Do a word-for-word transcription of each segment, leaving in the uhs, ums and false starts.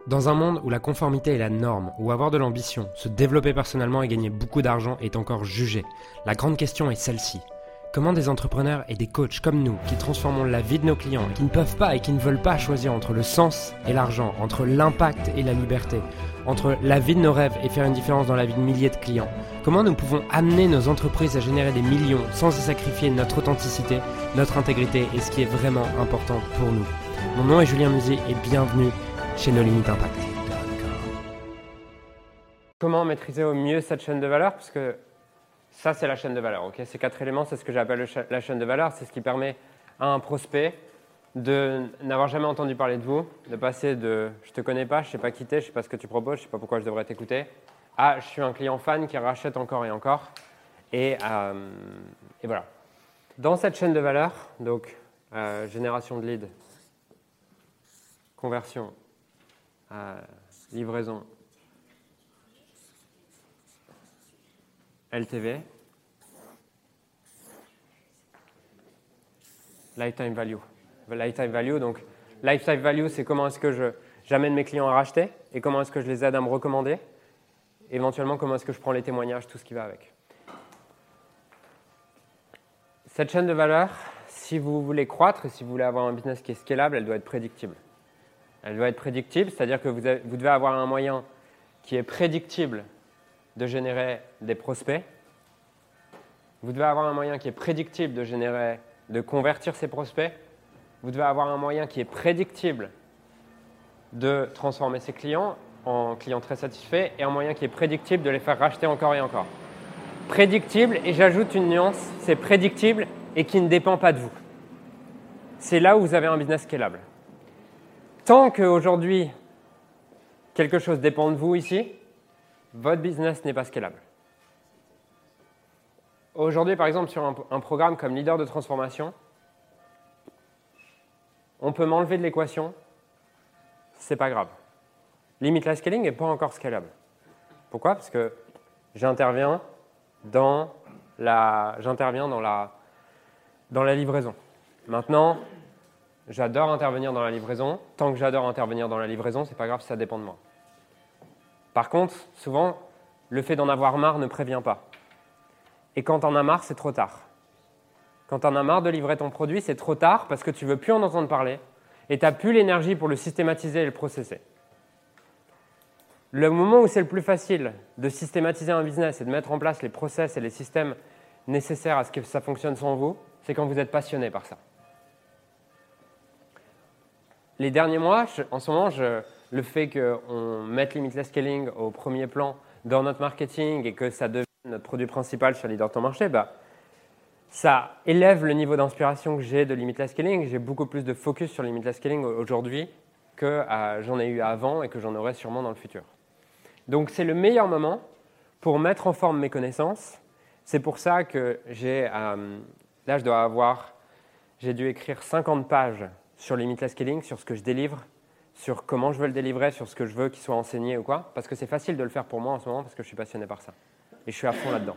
Dans un monde où la conformité est la norme, où avoir de l'ambition, se développer personnellement et gagner beaucoup d'argent est encore jugé, la grande question est celle-ci. Comment des entrepreneurs et des coachs comme nous, qui transformons la vie de nos clients, qui ne peuvent pas et qui ne veulent pas choisir entre le sens et l'argent, entre l'impact et la liberté, entre la vie de nos rêves et faire une différence dans la vie de milliers de clients, comment nous pouvons amener nos entreprises à générer des millions sans y sacrifier notre authenticité, notre intégrité et ce qui est vraiment important pour nous. Mon nom est Julien Musy et bienvenue chez No Limit Impact. Comment maîtriser au mieux cette chaîne de valeur? Parce que ça, c'est la chaîne de valeur. Okay, ces quatre éléments, c'est ce que j'appelle la chaîne de valeur. C'est ce qui permet à un prospect de n'avoir jamais entendu parler de vous, de passer de « je ne te connais pas, je ne sais pas qui t'es, je ne sais pas ce que tu proposes, je ne sais pas pourquoi je devrais t'écouter » à « je suis un client fan qui rachète encore et encore ». Et, euh, et voilà. Dans cette chaîne de valeur, donc euh, génération de leads, conversion, euh, livraison, L T V, lifetime value. Lifetime value, donc lifetime value, c'est comment est-ce que je, j'amène mes clients à racheter et comment est-ce que je les aide à me recommander. Éventuellement, comment est-ce que je prends les témoignages, tout ce qui va avec. Cette chaîne de valeur, si vous voulez croître et si vous voulez avoir un business qui est scalable, elle doit être prédictible. Elle doit être prédictible, c'est-à-dire que vous, avez, vous devez avoir un moyen qui est prédictible de générer des prospects. Vous devez avoir un moyen qui est prédictible de générer, de convertir ces prospects. Vous devez avoir un moyen qui est prédictible de transformer ses clients en clients très satisfaits et un moyen qui est prédictible de les faire racheter encore et encore. Prédictible, et j'ajoute une nuance, c'est prédictible et qui ne dépend pas de vous. C'est là où vous avez un business scalable. Tant qu'aujourd'hui, quelque chose dépend de vous ici, votre business n'est pas scalable. Aujourd'hui, par exemple, sur un, un programme comme leader de transformation, on peut m'enlever de l'équation, c'est pas grave. Limitless scaling n'est pas encore scalable. Pourquoi? Parce que j'interviens dans la, j'interviens dans la, dans la livraison. Maintenant, j'adore intervenir dans la livraison. Tant que j'adore intervenir dans la livraison, c'est pas grave si ça dépend de moi. Par contre, souvent, le fait d'en avoir marre ne prévient pas. Et quand t'en as marre, c'est trop tard. Quand t'en as marre de livrer ton produit, c'est trop tard parce que tu veux plus en entendre parler et tu n'as plus l'énergie pour le systématiser et le processer. Le moment où c'est le plus facile de systématiser un business et de mettre en place les process et les systèmes nécessaires à ce que ça fonctionne sans vous, c'est quand vous êtes passionné par ça. Les derniers mois, je, en ce moment, je, le fait qu'on mette Limitless Scaling au premier plan dans notre marketing et que ça devienne notre produit principal sur Leader de ton marché, bah, ça élève le niveau d'inspiration que j'ai de Limitless Scaling. J'ai beaucoup plus de focus sur Limitless Scaling aujourd'hui que euh, j'en ai eu avant et que j'en aurai sûrement dans le futur. Donc, c'est le meilleur moment pour mettre en forme mes connaissances. C'est pour ça que j'ai, euh, là, je dois avoir, j'ai dû écrire cinquante pages sur Limitless Scaling, sur ce que je délivre, sur comment je veux le délivrer, sur ce que je veux qu'il soit enseigné ou quoi. Parce que c'est facile de le faire pour moi en ce moment parce que je suis passionné par ça. Et je suis à fond là-dedans.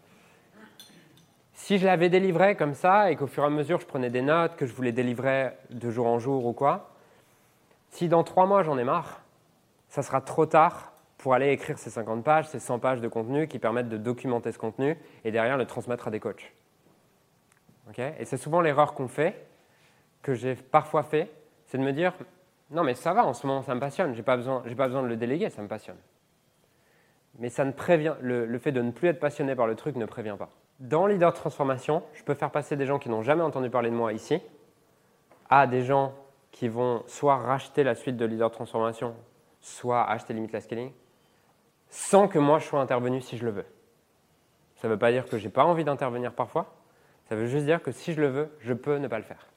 Si je l'avais délivré comme ça et qu'au fur et à mesure je prenais des notes, que je voulais délivrer de jour en jour ou quoi, si dans trois mois j'en ai marre, ça sera trop tard pour aller écrire ces cinquante pages, ces cent pages de contenu qui permettent de documenter ce contenu et derrière le transmettre à des coachs. Okay? Et c'est souvent l'erreur qu'on fait, que j'ai parfois fait, c'est de me dire « Non mais ça va, en ce moment ça me passionne, je n'ai pas besoin, j'ai pas besoin de le déléguer, ça me passionne. » Mais ça ne prévient, le, le fait de ne plus être passionné par le truc ne prévient pas. Dans Leader de Transformation, je peux faire passer des gens qui n'ont jamais entendu parler de moi ici à des gens qui vont soit racheter la suite de Leader de Transformation, soit acheter Limitless Scaling, sans que moi je sois intervenu si je le veux. Ça ne veut pas dire que je n'ai pas envie d'intervenir parfois, ça veut juste dire que si je le veux, je peux ne pas le faire.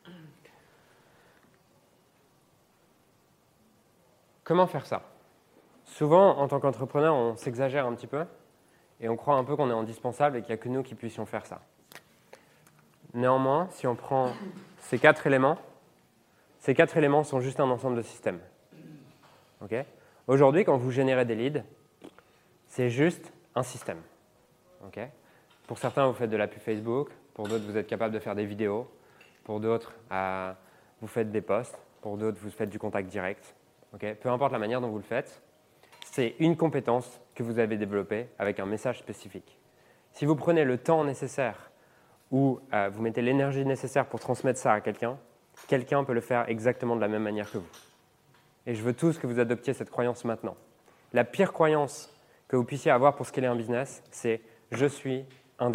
Comment faire ça? Souvent, en tant qu'entrepreneur, on s'exagère un petit peu et on croit un peu qu'on est indispensable et qu'il n'y a que nous qui puissions faire ça. Néanmoins, si on prend ces quatre éléments, ces quatre éléments sont juste un ensemble de systèmes. Okay? Aujourd'hui, quand vous générez des leads, c'est juste un système. Okay? Pour certains, vous faites de la pub Facebook. Pour d'autres, vous êtes capable de faire des vidéos. Pour d'autres, euh, vous faites des posts. Pour d'autres, vous faites du contact direct. Okay, peu importe la manière dont vous le faites, c'est une compétence que vous avez développée avec un message spécifique. Si vous prenez le temps nécessaire ou euh, vous mettez l'énergie nécessaire pour transmettre ça à quelqu'un, quelqu'un peut le faire exactement de la même manière que vous. Et je veux tous que vous adoptiez cette croyance maintenant. La pire croyance que vous puissiez avoir pour scaler un business, c'est « je suis indispensable ».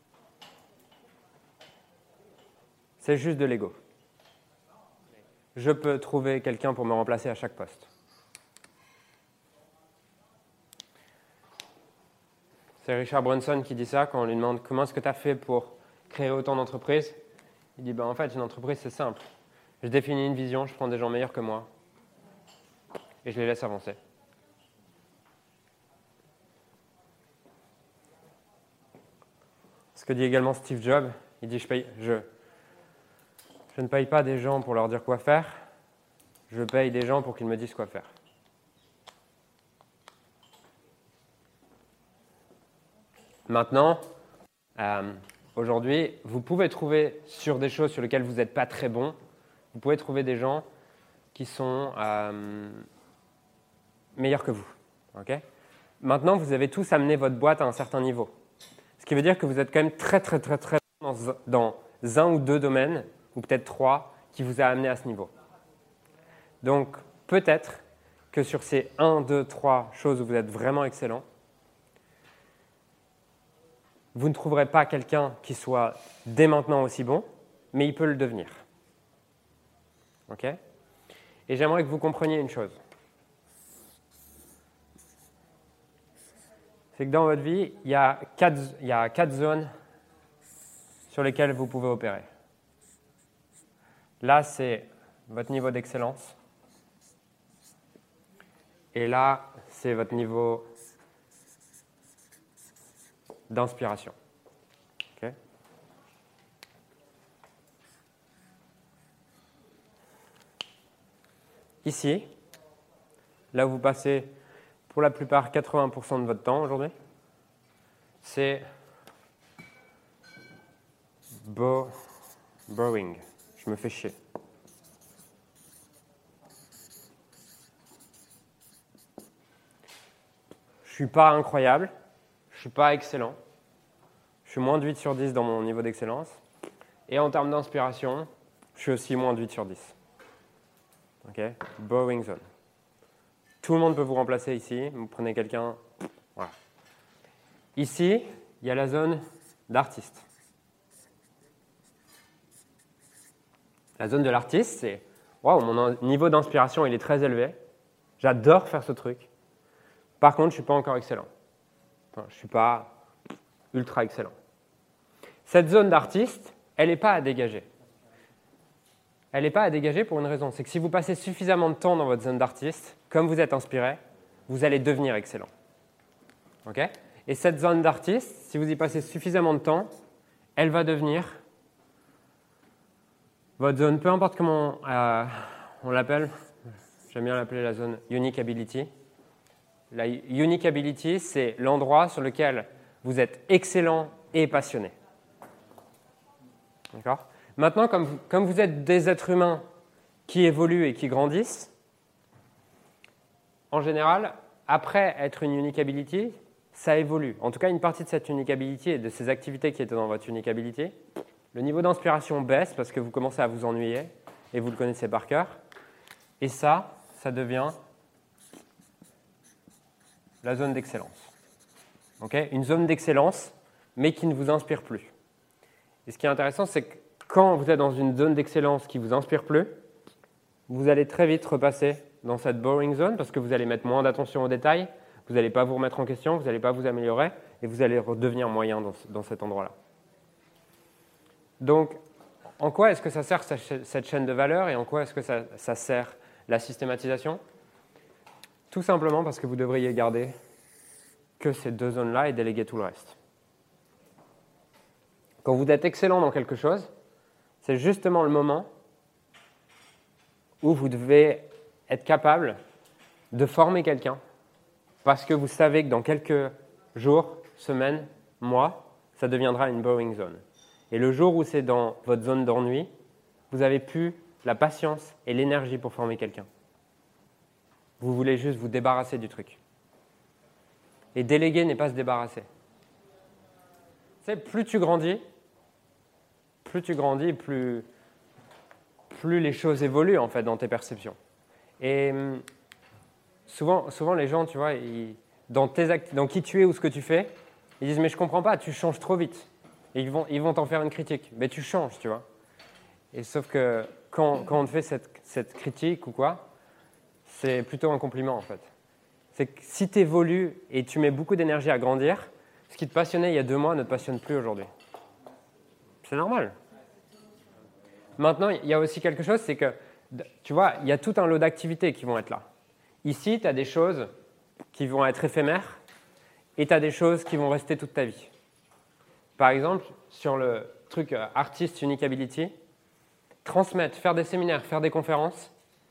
C'est juste de l'ego. Je peux trouver quelqu'un pour me remplacer à chaque poste. C'est Richard Branson qui dit ça quand on lui demande « comment est-ce que tu as fait pour créer autant d'entreprises ?» Il dit ben, « en fait, une entreprise, c'est simple. Je définis une vision, je prends des gens meilleurs que moi et je les laisse avancer. » Ce que dit également Steve Jobs, il dit je, paye, je, je ne paye pas des gens pour leur dire quoi faire, je paye des gens pour qu'ils me disent quoi faire. Maintenant, euh, aujourd'hui, vous pouvez trouver sur des choses sur lesquelles vous n'êtes pas très bon, vous pouvez trouver des gens qui sont euh, meilleurs que vous. Okay ? Maintenant, vous avez tous amené votre boîte à un certain niveau. Ce qui veut dire que vous êtes quand même très, très, très, très bon dans, dans un ou deux domaines, ou peut-être trois, qui vous a amené à ce niveau. Donc, peut-être que sur ces un, deux, trois choses où vous êtes vraiment excellent, vous ne trouverez pas quelqu'un qui soit dès maintenant aussi bon, mais il peut le devenir. Ok ? Et j'aimerais que vous compreniez une chose. C'est que dans votre vie, il y a quatre, il y a quatre zones sur lesquelles vous pouvez opérer. Là, c'est votre niveau d'excellence. Et là, c'est votre niveau d'inspiration. Okay. Ici, là où vous passez pour la plupart quatre-vingts pour cent de votre temps aujourd'hui, c'est bo borrowing. Je me fais chier. Je ne suis pas incroyable, je ne suis pas excellent, je suis moins de huit sur dix dans mon niveau d'excellence, et en termes d'inspiration, je suis aussi moins de huit sur dix. Ok, borrowing zone. Tout le monde peut vous remplacer ici, vous prenez quelqu'un, voilà. Ici, il y a la zone d'artiste. La zone de l'artiste, c'est wow, mon niveau d'inspiration il est très élevé, j'adore faire ce truc. Par contre, je ne suis pas encore excellent. Enfin, je ne suis pas ultra excellent. Cette zone d'artiste, elle n'est pas à dégager. Elle n'est pas à dégager pour une raison. C'est que si vous passez suffisamment de temps dans votre zone d'artiste, comme vous êtes inspiré, vous allez devenir excellent. Okay ? Et cette zone d'artiste, si vous y passez suffisamment de temps, elle va devenir votre zone, peu importe comment euh, on l'appelle, j'aime bien l'appeler la zone Unique Ability. La Unique Ability, c'est l'endroit sur lequel vous êtes excellent et passionné. D'accord ? Maintenant, comme vous, comme vous êtes des êtres humains qui évoluent et qui grandissent, en général, après être une Unique Ability, ça évolue. En tout cas, une partie de cette Unique Ability et de ces activités qui étaient dans votre Unique Ability, le niveau d'inspiration baisse parce que vous commencez à vous ennuyer et vous le connaissez par cœur. Et ça, ça devient la zone d'excellence. Okay ? Une zone d'excellence, mais qui ne vous inspire plus. Et ce qui est intéressant, c'est que quand vous êtes dans une zone d'excellence qui ne vous inspire plus, vous allez très vite repasser dans cette boring zone parce que vous allez mettre moins d'attention aux détails, vous n'allez pas vous remettre en question, vous n'allez pas vous améliorer et vous allez redevenir moyen dans, dans cet endroit-là. Donc, en quoi est-ce que ça sert cette chaîne de valeur et en quoi est-ce que ça, ça sert la systématisation ? Tout simplement parce que vous devriez garder que ces deux zones-là et déléguer tout le reste. Quand vous êtes excellent dans quelque chose, c'est justement le moment où vous devez être capable de former quelqu'un parce que vous savez que dans quelques jours, semaines, mois, ça deviendra une borrowing zone. Et le jour où c'est dans votre zone d'ennui, vous n'avez plus la patience et l'énergie pour former quelqu'un. Vous voulez juste vous débarrasser du truc. Et déléguer n'est pas se débarrasser. Tu sais, plus tu grandis, plus tu grandis, plus, plus les choses évoluent en fait dans tes perceptions. Et hum, souvent, souvent les gens, tu vois, ils, dans, tes act- dans qui tu es ou ce que tu fais, ils disent mais je comprends pas, tu changes trop vite. Et ils vont, ils vont t'en faire une critique. Mais tu changes, tu vois. Et sauf que quand, quand on te fait cette, cette critique ou quoi, c'est plutôt un compliment en fait. C'est que si tu évolues et tu mets beaucoup d'énergie à grandir, ce qui te passionnait il y a deux mois ne te passionne plus aujourd'hui. C'est normal. Maintenant, il y a aussi quelque chose, c'est que, tu vois, il y a tout un lot d'activités qui vont être là. Ici, tu as des choses qui vont être éphémères et tu as des choses qui vont rester toute ta vie. Par exemple, sur le truc euh, Artist Unique Ability, transmettre, faire des séminaires, faire des conférences,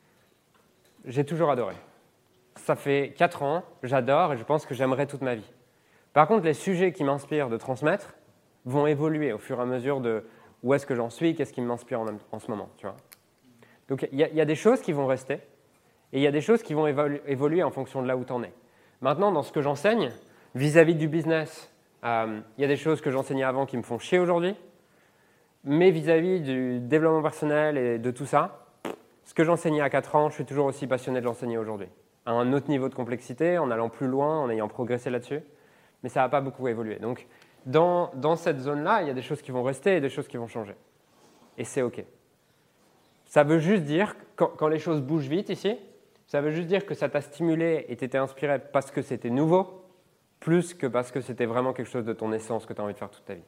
j'ai toujours adoré. Ça fait quatre ans, j'adore et je pense que j'aimerais toute ma vie. Par contre, les sujets qui m'inspirent de transmettre vont évoluer au fur et à mesure de où est-ce que j'en suis, qu'est-ce qui m'inspire en, en ce moment. Tu vois. Donc il y, y a des choses qui vont rester et il y a des choses qui vont évolu- évoluer en fonction de là où tu en es. Maintenant, dans ce que j'enseigne, vis-à-vis du business, il euh, y a des choses que j'enseignais avant qui me font chier aujourd'hui, mais vis-à-vis du développement personnel et de tout ça, ce que j'enseignais à quatre ans, je suis toujours aussi passionné de l'enseigner aujourd'hui. À un autre niveau de complexité, en allant plus loin, en ayant progressé là-dessus, mais ça n'a pas beaucoup évolué. Donc, dans, dans cette zone-là, il y a des choses qui vont rester et des choses qui vont changer. Et c'est OK. Ça veut juste dire, quand, quand les choses bougent vite ici, ça veut juste dire que ça t'a stimulé et t'étais inspiré parce que c'était nouveau, plus que parce que c'était vraiment quelque chose de ton essence que tu as envie de faire toute ta vie.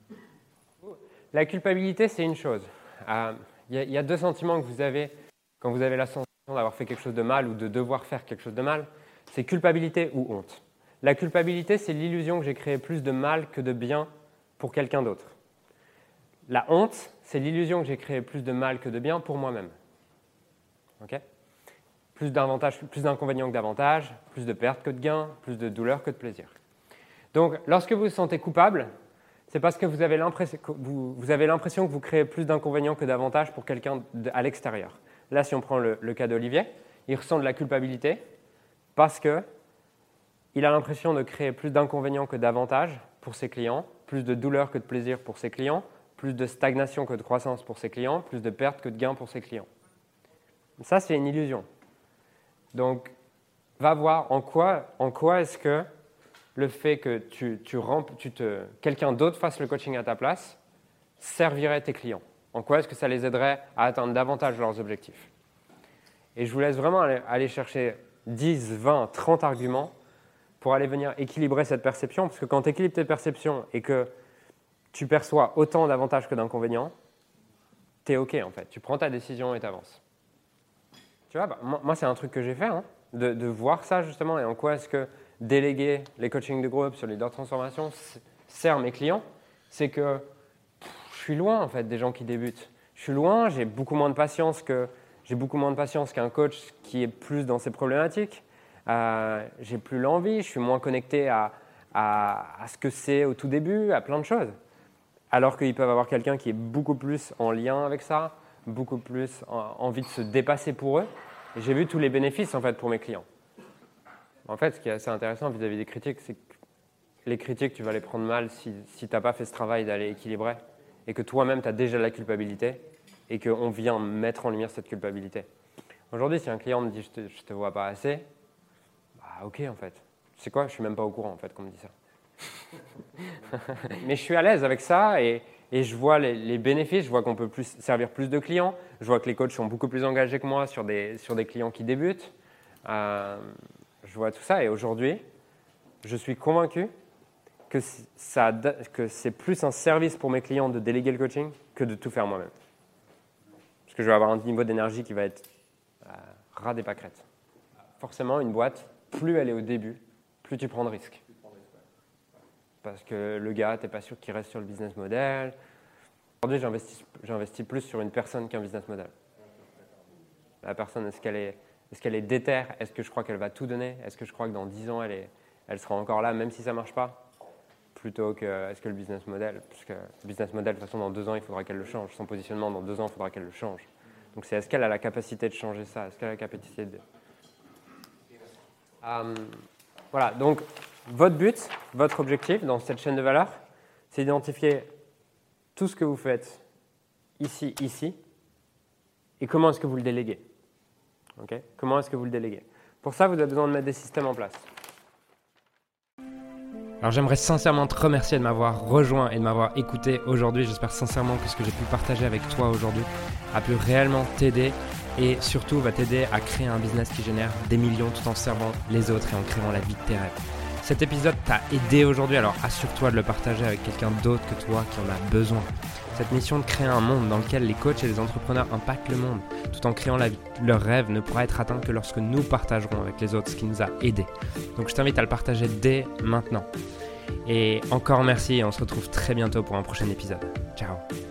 La culpabilité, c'est une chose. Euh, il y a, il y a deux sentiments que vous avez quand vous avez la sensation d'avoir fait quelque chose de mal ou de devoir faire quelque chose de mal. C'est culpabilité ou honte. La culpabilité, c'est l'illusion que j'ai créé plus de mal que de bien pour quelqu'un d'autre. La honte, c'est l'illusion que j'ai créé plus de mal que de bien pour moi-même. Okay ? Plus d'avantages, plus d'inconvénients que d'avantages, plus de pertes que de gains, plus de douleur que de plaisir. Donc, lorsque vous vous sentez coupable, c'est parce que vous avez l'impression que vous, vous, avez l'impression que vous créez plus d'inconvénients que d'avantages pour quelqu'un à l'extérieur. Là, si on prend le, le cas d'Olivier, il ressent de la culpabilité parce que il a l'impression de créer plus d'inconvénients que d'avantages pour ses clients, plus de douleur que de plaisir pour ses clients, plus de stagnation que de croissance pour ses clients, plus de pertes que de gains pour ses clients. Ça, c'est une illusion. Donc, va voir en quoi, en quoi est-ce que le fait que tu, tu rempl- tu te, quelqu'un d'autre fasse le coaching à ta place servirait tes clients. En quoi est-ce que ça les aiderait à atteindre davantage leurs objectifs. Et je vous laisse vraiment aller, aller chercher dix, vingt, trente arguments pour aller venir équilibrer cette perception, parce que quand tu équilibres tes perceptions et que tu perçois autant d'avantages que d'inconvénients, tu es OK en fait. Tu prends ta décision et tu avances. Tu vois, bah, moi, moi c'est un truc que j'ai fait, hein, de, de voir ça justement, et en quoi est-ce que déléguer les coachings de groupe sur Leader Transformation sert mes clients, c'est que pff, je suis loin en fait des gens qui débutent. Je suis loin, j'ai beaucoup moins de patience que j'ai beaucoup moins de patience qu'un coach qui est plus dans ses problématiques. Euh, j'ai plus l'envie, je suis moins connecté à, à, à ce que c'est au tout début, à plein de choses. Alors qu'ils peuvent avoir quelqu'un qui est beaucoup plus en lien avec ça, beaucoup plus en, envie de se dépasser pour eux. Et j'ai vu tous les bénéfices en fait pour mes clients. En fait, ce qui est assez intéressant vis-à-vis des critiques, c'est que les critiques, tu vas les prendre mal si, si tu n'as pas fait ce travail d'aller équilibrer et que toi-même, tu as déjà la culpabilité et qu'on vient mettre en lumière cette culpabilité. Aujourd'hui, si un client me dit « je te, je te vois pas assez », bah ok en fait. Tu sais quoi, je suis même pas au courant en fait qu'on me dit ça. Mais je suis à l'aise avec ça et, et je vois les, les bénéfices, je vois qu'on peut plus, servir plus de clients, je vois que les coachs sont beaucoup plus engagés que moi sur des, sur des clients qui débutent. Euh, je vois tout ça et aujourd'hui, je suis convaincu que, ça, que c'est plus un service pour mes clients de déléguer le coaching que de tout faire moi-même. Parce que je vais avoir un niveau d'énergie qui va être euh, ras des pâquerettes. Forcément, une boîte, plus elle est au début, plus tu prends de risques. Parce que le gars, tu n'es pas sûr qu'il reste sur le business model. Aujourd'hui, j'investis, j'investis plus sur une personne qu'un business model. La personne, est-ce qu'elle est, est-ce qu'elle est déterre? Est-ce que je crois qu'elle va tout donner? Est-ce que je crois que dans dix ans, elle, est, elle sera encore là, même si ça ne marche pas? Plutôt que, est-ce que le business model, parce que le business model, de toute façon, dans deux ans, il faudra qu'elle le change. Son positionnement, dans deux ans, il faudra qu'elle le change. Donc, c'est est-ce qu'elle a la capacité de changer ça? Est-ce qu'elle a la capacité de... Euh, voilà, donc votre but, votre objectif dans cette chaîne de valeur, c'est d'identifier tout ce que vous faites ici, ici, et comment est-ce que vous le déléguez. Okay? Comment est-ce que vous le déléguez? Pour ça, vous avez besoin de mettre des systèmes en place. Alors j'aimerais sincèrement te remercier de m'avoir rejoint et de m'avoir écouté aujourd'hui. J'espère sincèrement que ce que j'ai pu partager avec toi aujourd'hui a pu réellement t'aider et surtout va t'aider à créer un business qui génère des millions tout en servant les autres et en créant la vie de tes rêves. Cet épisode t'a aidé aujourd'hui, alors assure-toi de le partager avec quelqu'un d'autre que toi qui en a besoin. Cette mission de créer un monde dans lequel les coachs et les entrepreneurs impactent le monde tout en créant la vie, leur rêve ne pourra être atteint que lorsque nous partagerons avec les autres ce qui nous a aidés. Donc je t'invite à le partager dès maintenant. Et encore merci et on se retrouve très bientôt pour un prochain épisode. Ciao.